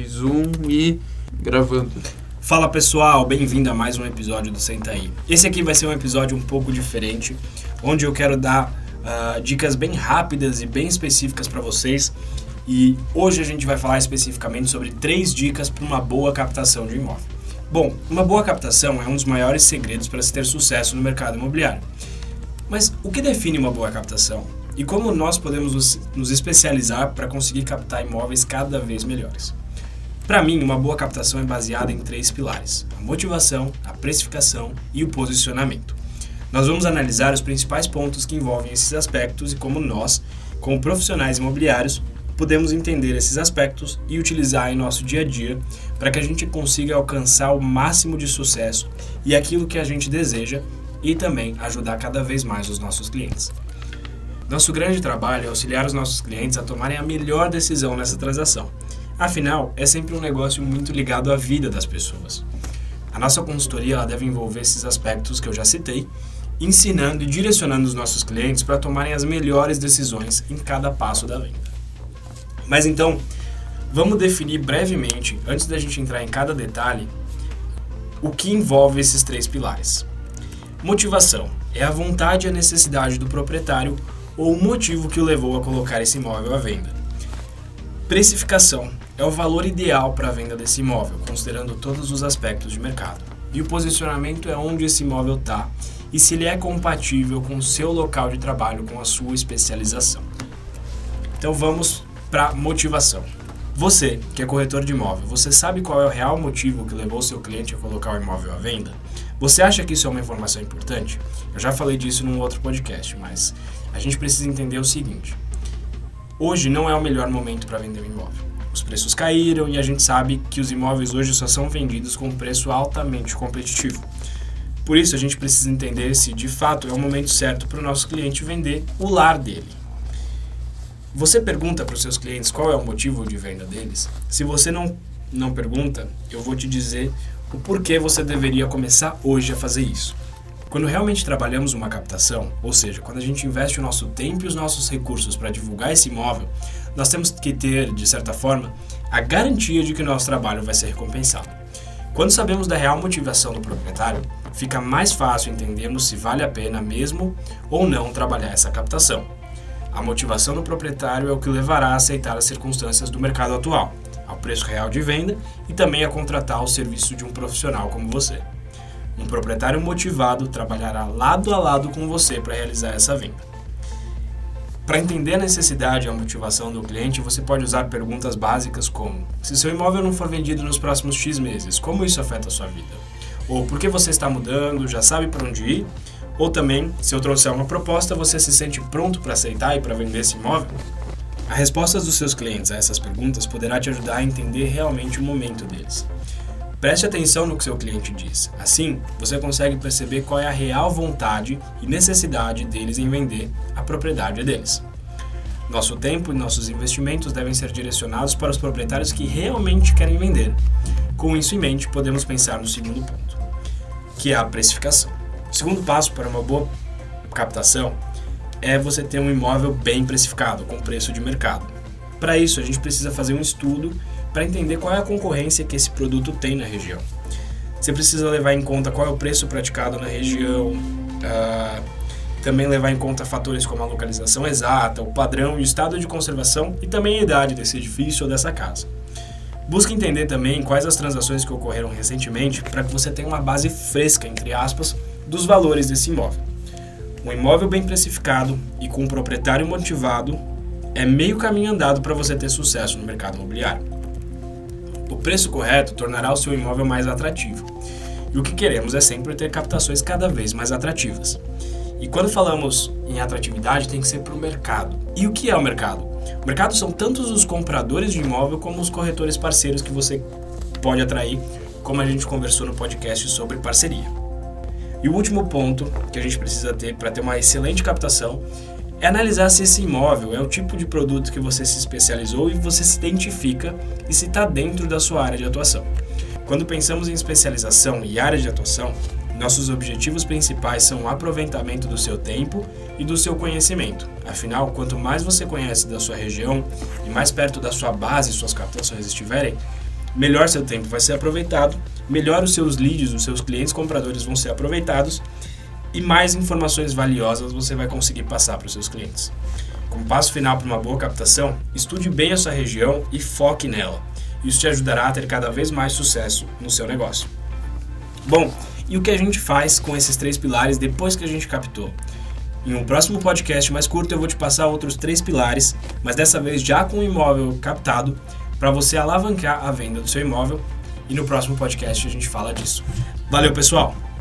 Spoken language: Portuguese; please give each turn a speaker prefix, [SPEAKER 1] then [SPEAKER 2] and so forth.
[SPEAKER 1] 2, 1 e gravando.
[SPEAKER 2] Fala pessoal, bem-vindo a mais um episódio do Senta Aí. Esse aqui vai ser um episódio um pouco diferente, onde eu quero dar dicas bem rápidas e bem específicas para vocês. E hoje a gente vai falar especificamente sobre 3 dicas para uma boa captação de imóvel. Bom, uma boa captação é um dos maiores segredos para se ter sucesso no mercado imobiliário. Mas o que define uma boa captação? E como nós podemos nos especializar para conseguir captar imóveis cada vez melhores? Para mim, uma boa captação é baseada em 3 pilares: a motivação, a precificação e o posicionamento. Nós vamos analisar os principais pontos que envolvem esses aspectos e como nós, como profissionais imobiliários, podemos entender esses aspectos e utilizar em nosso dia a dia para que a gente consiga alcançar o máximo de sucesso e aquilo que a gente deseja e também ajudar cada vez mais os nossos clientes. Nosso grande trabalho é auxiliar os nossos clientes a tomarem a melhor decisão nessa transação. Afinal, é sempre um negócio muito ligado à vida das pessoas. A nossa consultoria ela deve envolver esses aspectos que eu já citei, ensinando e direcionando os nossos clientes para tomarem as melhores decisões em cada passo da venda. Mas então, vamos definir brevemente, antes da gente entrar em cada detalhe, o que envolve esses 3 pilares. Motivação é a vontade e a necessidade do proprietário ou o motivo que o levou a colocar esse imóvel à venda. Precificação é o valor ideal para a venda desse imóvel, considerando todos os aspectos de mercado. E o posicionamento é onde esse imóvel está e se ele é compatível com o seu local de trabalho, com a sua especialização. Então vamos para motivação. Você, que é corretor de imóvel, você sabe qual é o real motivo que levou o seu cliente a colocar o imóvel à venda? Você acha que isso é uma informação importante? Eu já falei disso num outro podcast, mas a gente precisa entender o seguinte: hoje não é o melhor momento para vender um imóvel. Os preços caíram e a gente sabe que os imóveis hoje só são vendidos com um preço altamente competitivo. Por isso a gente precisa entender se de fato é o momento certo para o nosso cliente vender o lar dele. Você pergunta para os seus clientes qual é o motivo de venda deles? Se você não pergunta, eu vou te dizer o porquê você deveria começar hoje a fazer isso. Quando realmente trabalhamos uma captação, ou seja, quando a gente investe o nosso tempo e os nossos recursos para divulgar esse imóvel, nós temos que ter, de certa forma, a garantia de que o nosso trabalho vai ser recompensado. Quando sabemos da real motivação do proprietário, fica mais fácil entendermos se vale a pena mesmo ou não trabalhar essa captação. A motivação do proprietário é o que levará a aceitar as circunstâncias do mercado atual, ao preço real de venda e também a contratar o serviço de um profissional como você. Um proprietário motivado trabalhará lado a lado com você para realizar essa venda. Para entender a necessidade e a motivação do cliente, você pode usar perguntas básicas como: se seu imóvel não for vendido nos próximos X meses, como isso afeta a sua vida? Ou por que você está mudando, já sabe para onde ir? Ou também, se eu trouxer uma proposta, você se sente pronto para aceitar e para vender esse imóvel? As respostas dos seus clientes a essas perguntas poderá te ajudar a entender realmente o momento deles. Preste atenção no que seu cliente diz. Assim, você consegue perceber qual é a real vontade e necessidade deles em vender a propriedade deles. Nosso tempo e nossos investimentos devem ser direcionados para os proprietários que realmente querem vender. Com isso em mente, podemos pensar no segundo ponto, que é a precificação. O segundo passo para uma boa captação é você ter um imóvel bem precificado, com preço de mercado. Para isso, a gente precisa fazer um estudo para entender qual é a concorrência que esse produto tem na região. Você precisa levar em conta qual é o preço praticado na região, também levar em conta fatores como a localização exata, o padrão e o estado de conservação e também a idade desse edifício ou dessa casa. Busque entender também quais as transações que ocorreram recentemente para que você tenha uma base fresca, entre aspas, dos valores desse imóvel. Um imóvel bem precificado e com um proprietário motivado é meio caminho andado para você ter sucesso no mercado imobiliário. O preço correto tornará o seu imóvel mais atrativo. E o que queremos é sempre ter captações cada vez mais atrativas. E quando falamos em atratividade, tem que ser para o mercado. E o que é o mercado? O mercado são tanto os compradores de imóvel como os corretores parceiros que você pode atrair, como a gente conversou no podcast sobre parceria. E o último ponto que a gente precisa ter para ter uma excelente captação é analisar se esse imóvel é o tipo de produto que você se especializou e você se identifica e se está dentro da sua área de atuação. Quando pensamos em especialização e área de atuação, nossos objetivos principais são o aproveitamento do seu tempo e do seu conhecimento. Afinal, quanto mais você conhece da sua região e mais perto da sua base suas captações estiverem, melhor seu tempo vai ser aproveitado, melhor os seus leads, os seus clientes compradores vão ser aproveitados e mais informações valiosas você vai conseguir passar para os seus clientes. Como passo final para uma boa captação, estude bem a sua região e foque nela. Isso te ajudará a ter cada vez mais sucesso no seu negócio. Bom, e o que a gente faz com esses 3 pilares depois que a gente captou? Em um próximo podcast mais curto eu vou te passar outros 3 pilares, mas dessa vez já com o imóvel captado, para você alavancar a venda do seu imóvel, e no próximo podcast a gente fala disso. Valeu, pessoal!